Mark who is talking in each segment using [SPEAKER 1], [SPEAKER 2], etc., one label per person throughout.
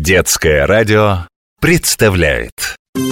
[SPEAKER 1] Детское радио представляет.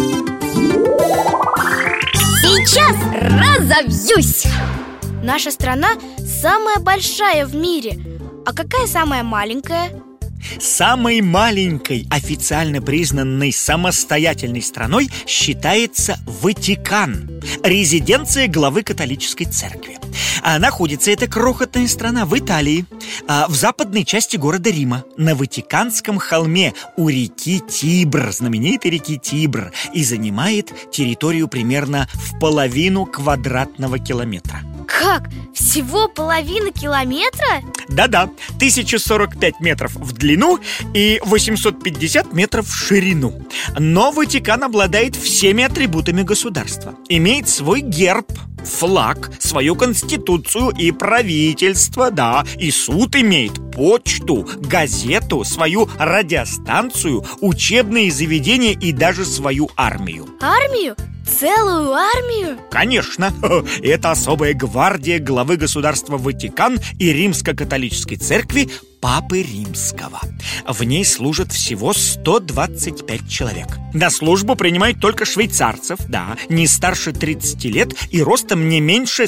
[SPEAKER 2] Сейчас разовьюсь!
[SPEAKER 3] Наша страна самая большая в мире. А какая самая маленькая?
[SPEAKER 4] Самой маленькой официально признанной самостоятельной страной считается Ватикан, резиденция главы католической церкви. А находится эта крохотная страна в Италии, в западной части города Рима, на Ватиканском холме у реки Тибр, знаменитой реки Тибр, и занимает территорию примерно в половину квадратного километра.
[SPEAKER 3] Как? Всего половина километра?
[SPEAKER 4] Да-да, 1045 метров в длину и 850 метров в ширину. Но Ватикан обладает всеми атрибутами государства. Имеет свой герб, флаг, свою конституцию и правительство, да, и суд имеет, почту, газету, свою радиостанцию, учебные заведения и даже свою армию.
[SPEAKER 3] Армию? Целую армию?
[SPEAKER 4] Конечно, это особая гвардия главы государства Ватикан и Римско-католической церкви Папы Римского. В ней служат всего 125 человек. На службу принимают только швейцарцев, да, не старше 30 лет и ростом не меньше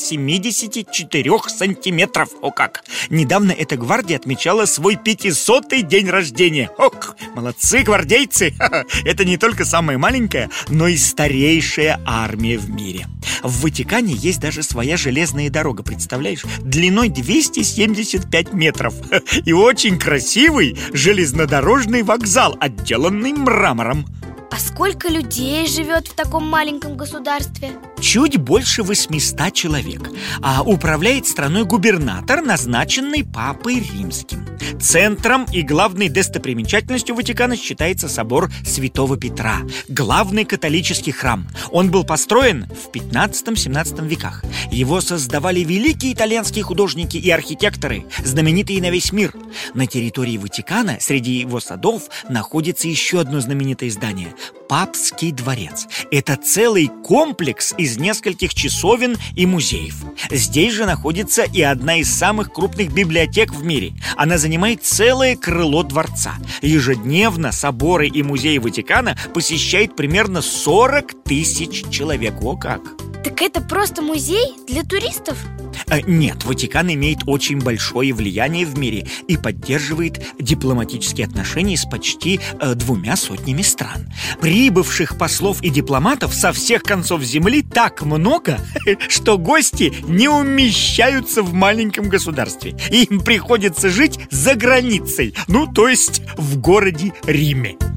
[SPEAKER 4] 174 сантиметров. О как! Недавно эта гвардия отмечала свой 500-й день рождения. Ох, молодцы гвардейцы! Это не только самая маленькая, но и старейшая армия в мире. В Ватикане есть даже своя железная дорога, представляешь? Длиной 275 метров. И очень красивый железнодорожный вокзал, отделанный мрамором.
[SPEAKER 3] А сколько людей живет в таком маленьком государстве?
[SPEAKER 4] Чуть больше 800 человек. А управляет страной губернатор, назначенный Папой Римским. Центром и главной достопримечательностью Ватикана считается собор Святого Петра, главный католический храм. Он был построен в 15-17 веках. Его создавали великие итальянские художники и архитекторы, знаменитые на весь мир. На территории Ватикана, среди его садов, находится еще одно знаменитое здание – Папский дворец. Это целый комплекс из нескольких часовен и музеев. Здесь же находится и одна из самых крупных библиотек в мире. Она занимает целое крыло дворца. Ежедневно соборы и музеи Ватикана посещает примерно 40 тысяч человек. О как!
[SPEAKER 3] Так это просто музей для туристов?
[SPEAKER 4] Нет, Ватикан имеет очень большое влияние в мире и поддерживает дипломатические отношения с почти 200 стран. Прибывших послов и дипломатов со всех концов земли так много, что гости не умещаются в маленьком государстве. Им приходится жить за границей, то есть в городе Риме.